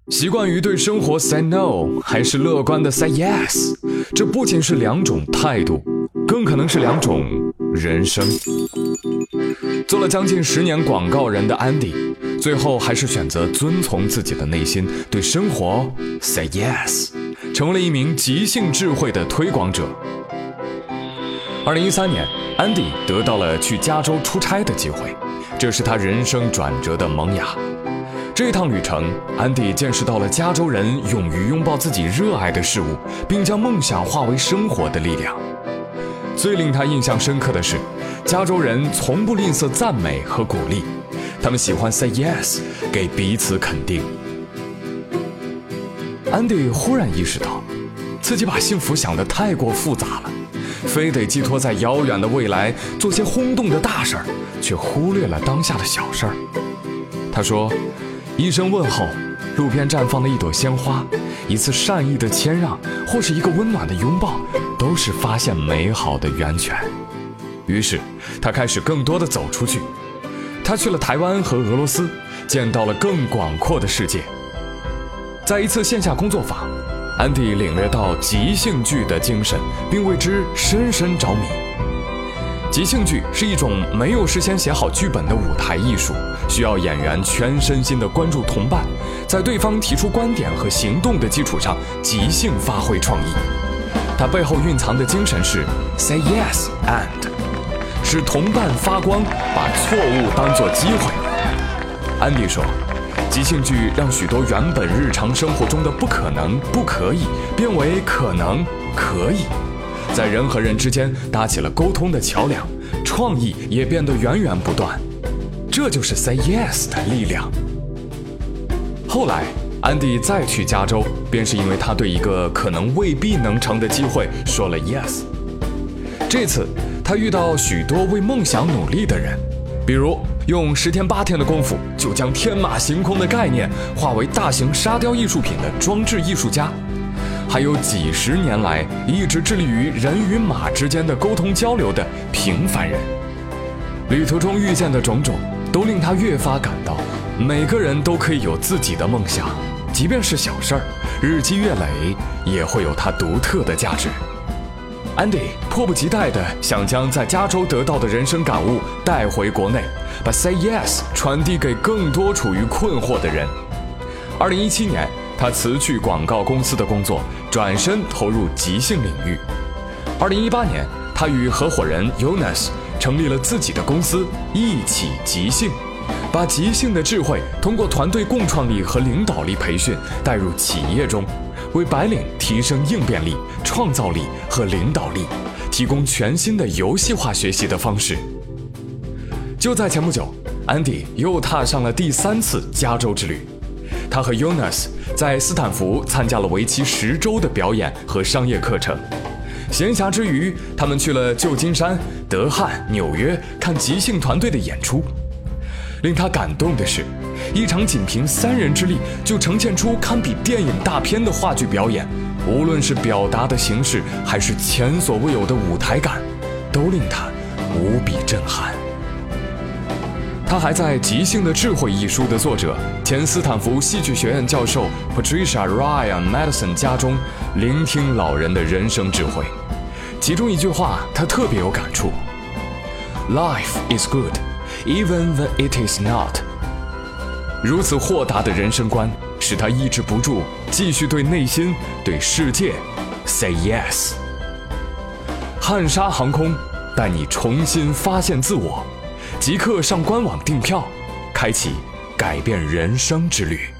习惯于对生活 say no 还是乐观的 say yes， 这不仅是两种态度，更可能是两种人生。做了将近10年广告人的 Andy， 最后还是选择遵从自己的内心，对生活 say yes， 成为了一名即兴智慧的推广者。2013年 Andy 得到了去加州出差的机会，这是他人生转折的萌芽。这一趟旅程，安迪见识到了加州人勇于拥抱自己热爱的事物，并将梦想化为生活的力量。最令他印象深刻的是，加州人从不吝啬赞美和鼓励，他们喜欢 say yes， 给彼此肯定。安迪忽然意识到，自己把幸福想得太过复杂了，非得寄托在遥远的未来，做些轰动的大事儿，却忽略了当下的小事儿。他说，一声问候，路边绽放的一朵鲜花，一次善意的谦让，或是一个温暖的拥抱，都是发现美好的源泉。于是他开始更多的走出去，他去了台湾和俄罗斯，见到了更广阔的世界。在一次线下工作坊，安迪领略到即兴剧的精神，并为之深深着迷。即兴剧是一种没有事先写好剧本的舞台艺术，需要演员全身心地关注同伴，在对方提出观点和行动的基础上即兴发挥创意。它背后蕴藏的精神是 say yes and， 使同伴发光，把错误当作机会。安迪说，即兴剧让许多原本日常生活中的不可能、不可以变为可能、可以，在人和人之间搭起了沟通的桥梁，创意也变得源源不断。这就是 say yes 的力量。后来安迪再去加州，便是因为他对一个可能未必能成的机会说了 yes。 这次他遇到许多为梦想努力的人，比如用10天8天的功夫就将天马行空的概念化为大型沙雕艺术品的装置艺术家，还有几十年来一直致力于人与马之间的沟通交流的平凡人。旅途中遇见的种种都令他越发感到，每个人都可以有自己的梦想，即便是小事儿，日积月累也会有它独特的价值。安迪迫不及待地想将在加州得到的人生感悟带回国内，把 say yes 传递给更多处于困惑的人。2017年他辞去广告公司的工作，转身投入即兴领域。2018年他与合伙人 Jonas 成立了自己的公司，一起即兴，把即兴的智慧通过团队共创力和领导力培训带入企业中，为白领提升应变力、创造力和领导力，提供全新的游戏化学习的方式。就在前不久，安迪又踏上了第3次加州之旅。他和 Jonas 在斯坦福参加了为期10周的表演和商业课程。闲暇之余，他们去了旧金山、德汉、纽约看即兴团队的演出。令他感动的是，一场仅凭3人之力就呈现出堪比电影大片的话剧表演，无论是表达的形式还是前所未有的舞台感，都令他无比震撼。他还在《即兴的智慧》一书的作者、前斯坦福戏剧学院教授 Patricia Ryan Madison 家中聆听老人的人生智慧。其中一句话他特别有感触， Life is good, even when it is not。 如此豁达的人生观使他抑制不住继续对内心、对世界 say yes。 汉莎航空带你重新发现自我，即刻上官网订票，开启改变人生之旅。